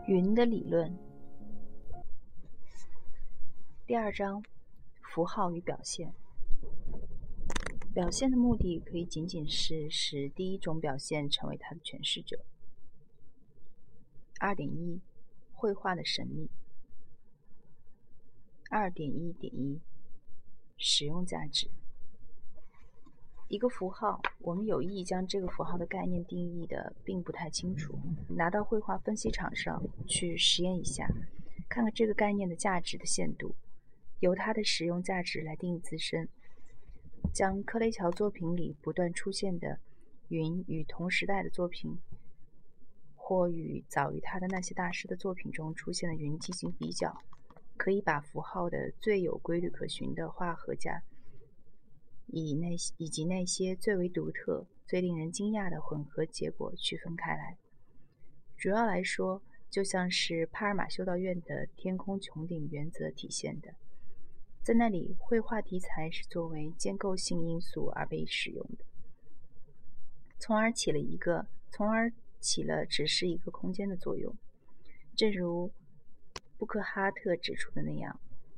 云的理论。第二章，符号与表现。表现的目的可以仅仅是使第一种表现成为它的诠释者。2.1 绘画的神秘。2.1.1 使用价值。一个符号，我们有意将这个符号的概念定义的并不太清楚，拿到绘画分析场上去实验一下，看看这个概念的价值的限度，由它的使用价值来定义自身。将克雷乔作品里不断出现的云与同时代的作品，或与早于他的那些大师的作品中出现的云进行比较，可以把符号的最有规律可循的画和家以及那些最为独特、最令人惊讶的混合结果区分开来。主要来说，就像是帕尔马修道院的天空穹顶原则体现的，在那里，绘画题材是作为建构性因素而被使用的，从而起了只是一个空间的作用。正如布克哈特指出的那样，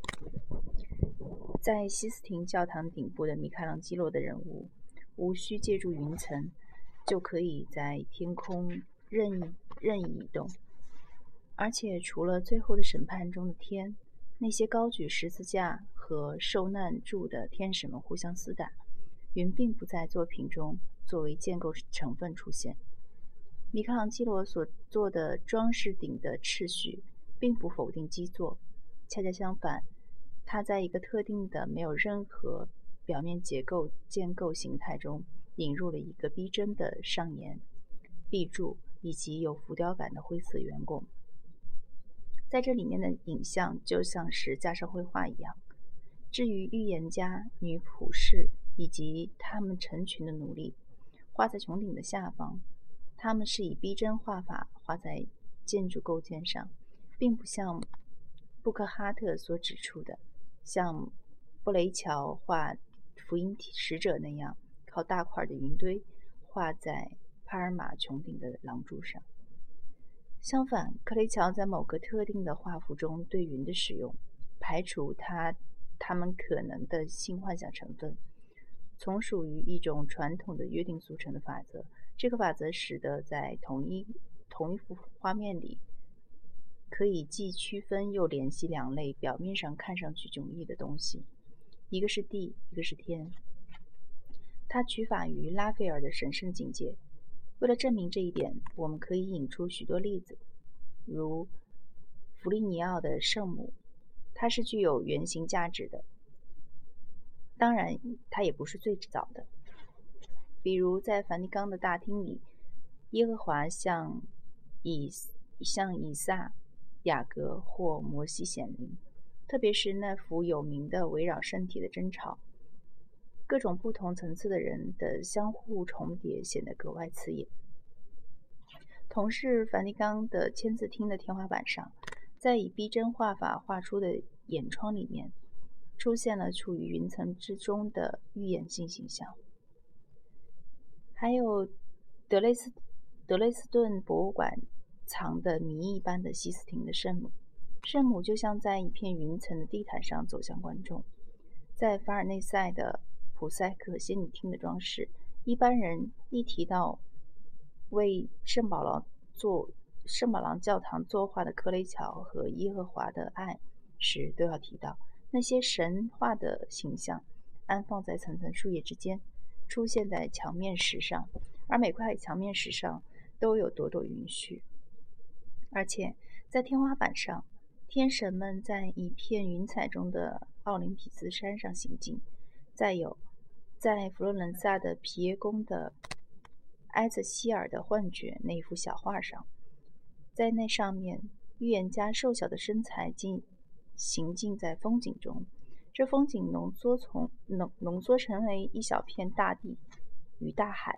在西斯廷教堂顶部的米开朗基罗的人物，无需借助云层，就可以在天空任意移动，而且除了最后的审判中的天，那些高举十字架和受难柱的天使们互相厮打，云并不在作品中作为建构成分出现。米开朗基罗所做的装饰顶的秩序并不否定基座，恰恰相反，他在一个特定的没有任何表面结构建构形态中引入了一个逼真的上沿、壁柱以及有浮雕感的灰色圆拱。在这里面的影像就像是加上绘画一样。至于预言家、女仆士以及他们成群的奴隶，画在穹顶的下方，他们是以逼真画法画在建筑构件上，并不像布克哈特所指出的，像布雷乔画福音使者那样，靠大块的云堆画在帕尔马穹顶的廊柱上。相反，克雷乔在某个特定的画幅中对云的使用，排除他们可能的性幻想成分，从属于一种传统的约定俗成的法则。这个法则使得在同一幅画面里，可以既区分又联系两类表面上看上去迥异的东西，一个是地，一个是天。它取法于拉斐尔的神圣境界。为了证明这一点，我们可以引出许多例子，如弗利尼奥的圣母，它是具有原型价值的，当然它也不是最早的。比如在梵蒂冈的大厅里，耶和华向以撒、雅各或摩西显灵，特别是那幅有名的围绕圣体的争吵，各种不同层次的人的相互重叠显得格外刺眼。同是梵蒂冈的签字厅的天花板上，在以逼真画法画出的眼窗里面，出现了处于云层之中的预言性形象。还有德累斯顿博物馆藏的谜一般的西斯廷的圣母，圣母就像在一片云层的地毯上走向观众。在凡尔内塞的普赛克仙女厅的装饰，一般人一提到为圣保郎教堂作画的克雷乔和耶和华的爱时，都要提到那些神话的形象安放在层层树叶之间，出现在墙面石上，而每块墙面石上都有朵朵云絮。而且在天花板上，天神们在一片云彩中的奥林匹斯山上行进。再有，在佛罗伦萨的皮耶宫的埃泽希尔的幻觉那一幅小画上，在那上面，预言家瘦小的身材行进在风景中，这风景浓缩成为一小片大地与大海。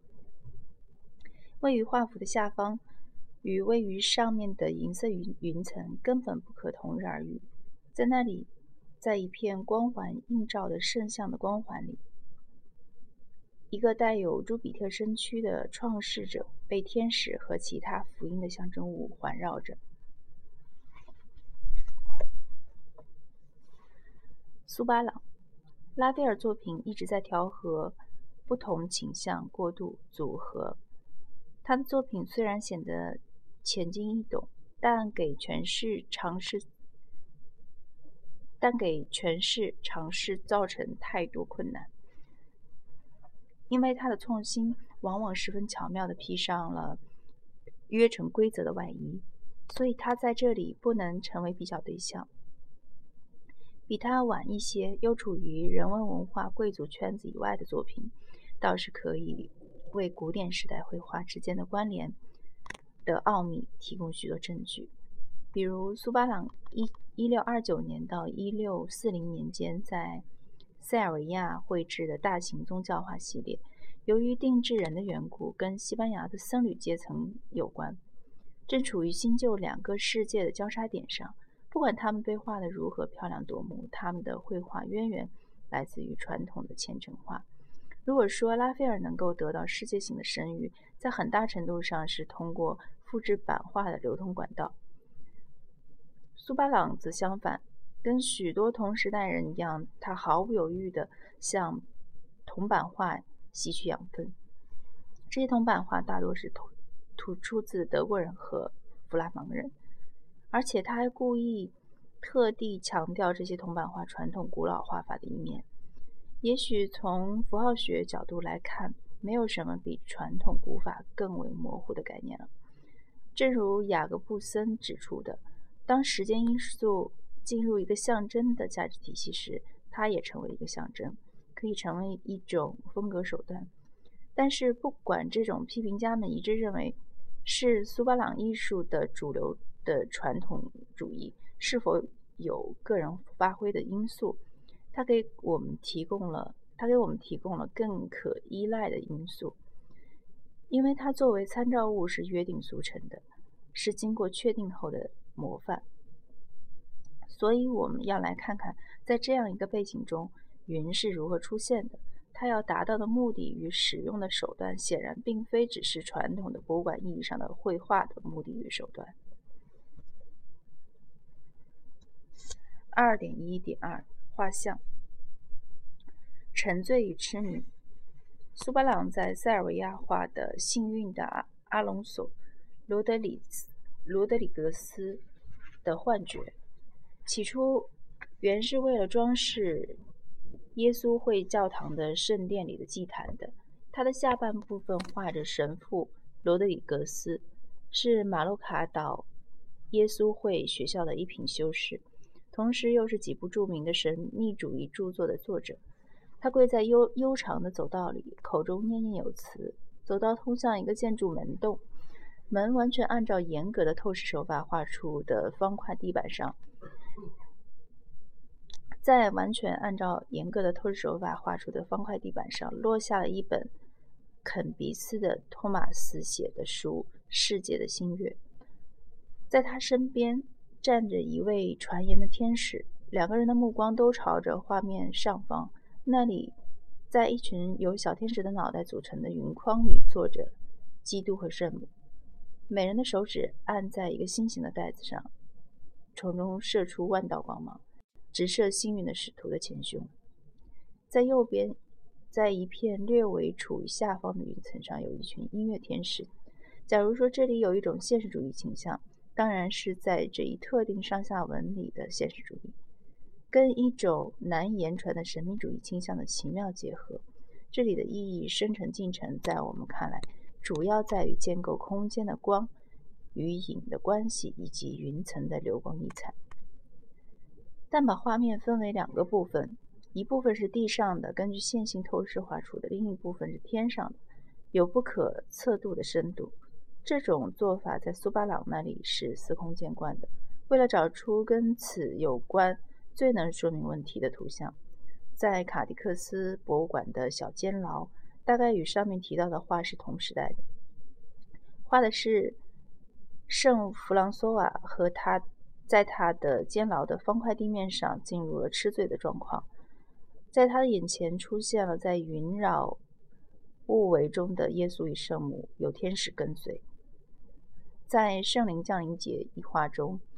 位于画幅的下方与位于上面的银色云层根本不可同日而语。在那里，在一片光环映照的圣像的光环里，一个带有朱比特身躯的创世者被天使和其他福音的象征物环绕着。 苏巴朗。拉斐尔作品一直在调和不同倾向过渡组合。他的作品虽然显得浅近易懂，但给诠释尝试造成太多困难，因为他的创新往往十分巧妙地披上了约成规则的外衣，所以他在这里不能成为比较对象。比他晚一些，又处于人文文化贵族圈子以外的作品，倒是可以为古典时代绘画之间的关联的奥秘提供许多证据。比如苏巴朗1629年到1640年间在塞尔维亚绘制的大型宗教画系列，由于定制人的缘故，跟西班牙的僧侣阶层有关，正处于新旧两个世界的交叉点上。不管他们被画得如何漂亮夺目，他们的绘画渊源来自于传统的虔诚画。如果说拉斐尔能够得到世界性的声誉，在很大程度上是通过复制版画的流通管道。苏巴朗则相反，跟许多同时代人一样，他毫不犹豫地向铜版画吸取养分。这些铜版画大多是出自德国人和弗拉芒人，而且他还故意特地强调这些铜版画传统古老画法的一面。也许从符号学角度来看，没有什么比传统古法更为模糊的概念了。正如雅各布森指出的，当时间因素进入一个象征的价值体系时，它也成为一个象征，可以成为一种风格手段。但是不管这种批评家们一致认为是苏巴朗艺术的主流的传统主义是否有个人发挥的因素，它给我们提供了更可依赖的因素，因为它作为参照物是约定俗成的，是经过确定后的模范。所以我们要来看看，在这样一个背景中，云是如何出现的。它要达到的目的与使用的手段，显然并非只是传统的博物馆意义上的绘画的目的与手段。2.1.2 画像沉醉与痴迷。苏巴朗在塞尔维亚画的幸运的阿隆索·罗德里格斯的幻觉，起初原是为了装饰耶稣会教堂的圣殿里的祭坛的。它的下半部分画着神父罗德里格斯，是马洛卡岛耶稣会学校的一品修士，同时又是几部著名的神秘主义著作的作者。他跪在悠长的走道里，口中念念有词。走道通向一个建筑门洞，门完全按照严格的透视手法画出的方块地板上，在完全按照严格的透视手法画出的方块地板上落下了一本肯比斯的托马斯写的书《世界的新月》。在他身边站着一位传言的天使，两个人的目光都朝着画面上方，那里在一群由小天使的脑袋组成的云框里坐着基督和圣母，每人的手指按在一个心形的带子上，从中射出万道光芒，直射幸运的使徒的前胸。在右边，在一片略微处于下方的云层上，有一群音乐天使。假如说这里有一种现实主义倾向，当然是在这一特定上下文里的现实主义，跟一种难以言传的神秘主义倾向的奇妙结合。这里的意义生成进程在我们看来，主要在于建构空间的光与影的关系，以及云层的流光溢彩。但把画面分为两个部分，一部分是地上的，根据线性透视画出的；另一部分是天上的，有不可测度的深度。这种做法在苏巴朗那里是司空见惯的。为了找出跟此有关最能说明问题的图像，在卡迪克斯博物馆的小监牢大概与上面提到的画是同时代的，画的是圣弗朗索瓦和他在他的监牢的方块地面上进入了痴醉的状况。在他的眼前出现了在云绕雾围中的耶稣与圣母，有天使跟随。在圣灵降临节一画中，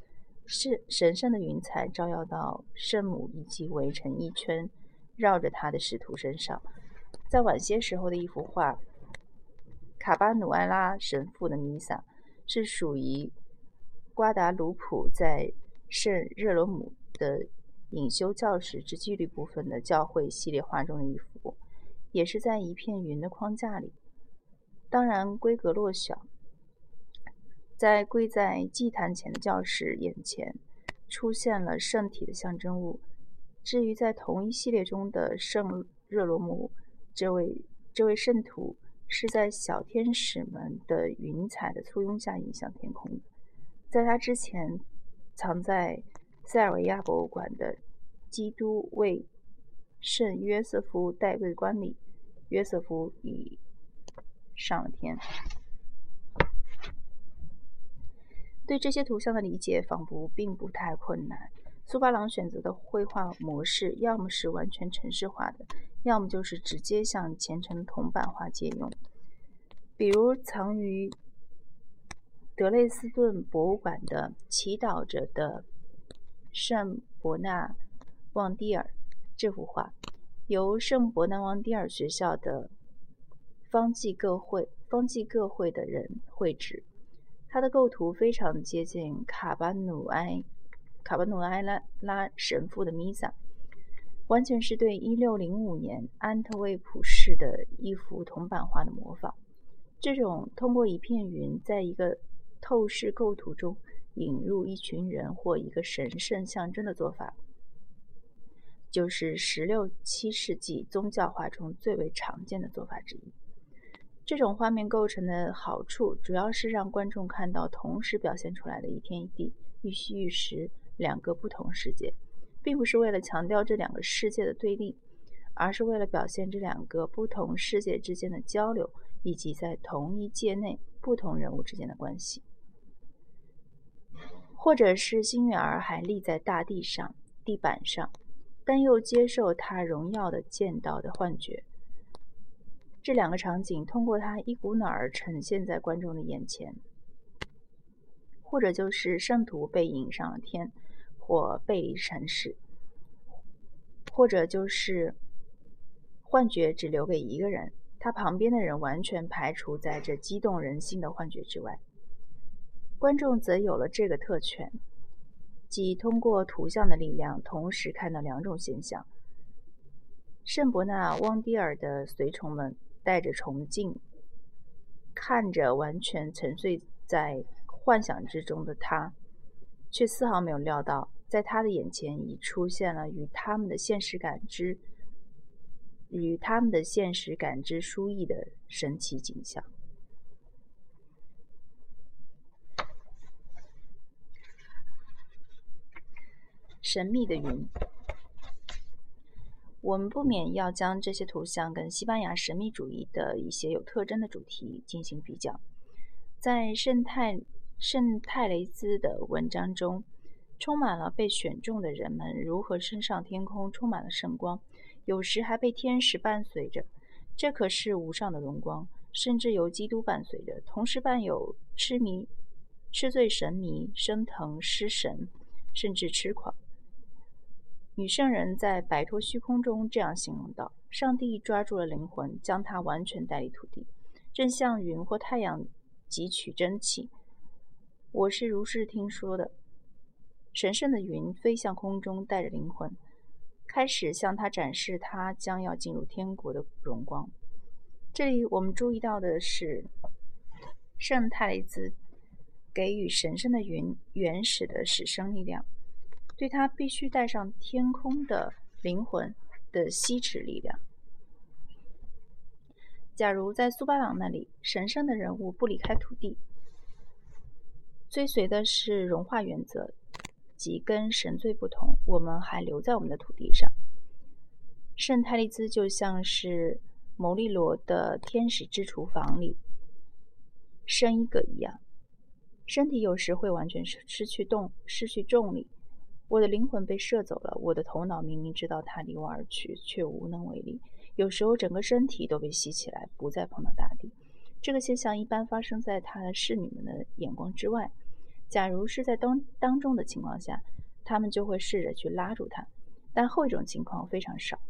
是神圣的云彩照耀到圣母以及围成一圈绕着他的使徒身上。在晚些时候的一幅画，卡巴努埃拉神父的弥撒是属于瓜达卢普在圣热罗姆的隐修教士之纪律部分的教会系列画中的一幅，也是在一片云的框架里，当然规格弱小。在跪在祭坛前的教士眼前出现了圣体的象征物。至于在同一系列中的圣热罗姆，这位圣徒是在小天使们的云彩的簇拥下迎向天空的。在他之前，藏在塞尔维亚博物馆的基督为圣约瑟夫戴桂冠里，约瑟夫已上了天。对这些图像的理解仿佛并不太困难。苏巴朗选择的绘画模式要么是完全程式化的，要么就是直接向虔诚的铜版画借用。比如藏于德累斯顿博物馆的祈祷着的圣伯纳旺蒂尔这幅画，由圣伯纳旺蒂尔学校的方济各会的人绘制。它的构图非常接近卡巴努埃拉神父的弥撒，完全是对1605年安特卫普市的一幅铜版画的模仿。这种通过一片云在一个透视构图中引入一群人或一个神圣象征的做法，就是16、17世纪宗教画中最为常见的做法之一。这种画面构成的好处主要是让观众看到同时表现出来的一天一地、一虚一实两个不同世界，并不是为了强调这两个世界的对立，而是为了表现这两个不同世界之间的交流，以及在同一界内不同人物之间的关系。或者是星月儿还立在大地上、地板上，但又接受他荣耀的见到的幻觉。这两个场景通过他一股脑儿呈现在观众的眼前。或者就是圣徒被引上了天，或背离尘世，或者就是幻觉只留给一个人，他旁边的人完全排除在这激动人心的幻觉之外。观众则有了这个特权，即通过图像的力量同时看到两种现象。圣伯纳旺蒂尔的随从们带着崇敬看着完全沉睡在幻想之中的他，却丝毫没有料到在他的眼前已出现了与他们的现实感知殊异的神奇景象。神秘的云，我们不免要将这些图像跟西班牙神秘主义的一些有特征的主题进行比较。在圣泰雷兹的文章中，充满了被选中的人们如何升上天空，充满了圣光，有时还被天使伴随着，这可是无上的荣光，甚至由基督伴随着，同时伴有痴醉神迷、升腾失神，甚至痴狂。女圣人在摆脱虚空中这样形容道：上帝抓住了灵魂，将它完全带离土地，正像云或太阳汲取真气。我是如是听说的。神圣的云飞向空中，带着灵魂，开始向他展示他将要进入天国的荣光。这里我们注意到的是，圣泰雷兹给予神圣的云原始的始生力量，对他必须带上天空的灵魂的吸持力量。假如在苏巴朗那里，神圣的人物不离开土地，追随的是融化原则，即跟神罪不同，我们还留在我们的土地上。圣泰利兹就像是牟利罗的天使之厨房里生一个一样，身体有时会完全失去重力。我的灵魂被射走了，我的头脑明明知道它离我而去，却无能为力。有时候整个身体都被吸起来，不再碰到大地。这个现象一般发生在他的侍女们的眼光之外。 假如是在当众的情况下，他们就会试着去拉住它，但后一种情况非常少。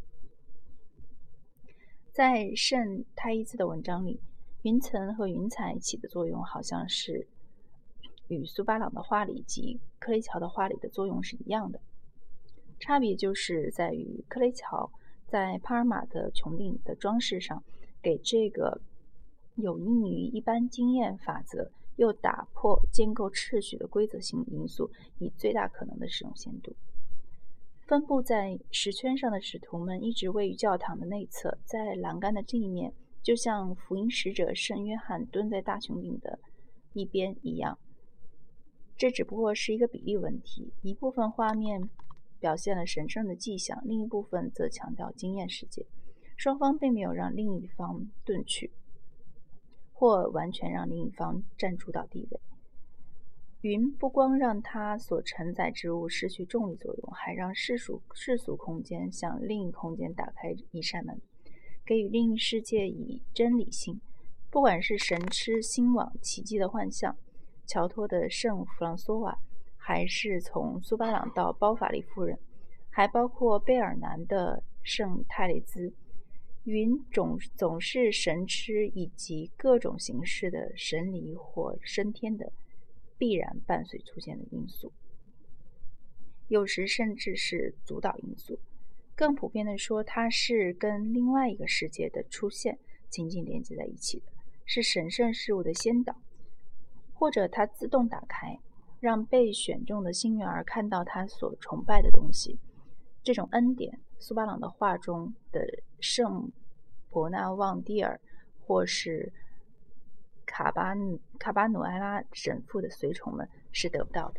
在圣泰伊兹的文章里，云层和云彩起的作用好像是与苏巴朗的画里及克雷乔的画里的作用是一样的，差别就是在于克雷乔在帕尔马的穹顶的装饰上，给这个有益于一般经验法则又打破建构秩序的规则性因素以最大可能的使用限度。分布在石圈上的使徒们一直位于教堂的内侧，在栏杆的这一面，就像福音使者圣约翰蹲在大穹顶的一边一样。这只不过是一个比例问题，一部分画面表现了神圣的迹象，另一部分则强调经验世界。双方并没有让另一方遁去，或完全让另一方占主导地位。云不光让它所承载之物失去重力作用，还让世俗空间向另一空间打开一扇门，给予另一世界以真理性。不管是神痴兴往奇迹的幻象，乔托的圣弗朗索瓦，还是从苏巴朗到包法利夫人，还包括贝尔南的圣泰雷兹，云总是神痴以及各种形式的神离或升天的必然伴随出现的因素，有时甚至是主导因素。更普遍的说，它是跟另外一个世界的出现紧紧连接在一起的，是神圣事物的先导，或者它自动打开，让被选中的幸运儿看到他所崇拜的东西。这种恩典，苏巴朗的画中的圣伯纳旺蒂尔或是卡巴努埃拉神父的随从们是得不到的，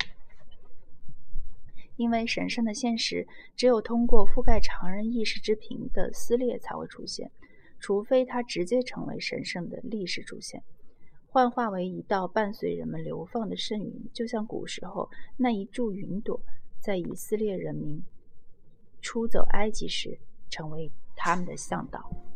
因为神圣的现实只有通过覆盖常人意识之屏的撕裂才会出现，除非它直接成为神圣的历史主线，幻化为一道伴随人们流放的圣云，就像古时候那一柱云朵在以色列人民出走埃及时成为他们的向导。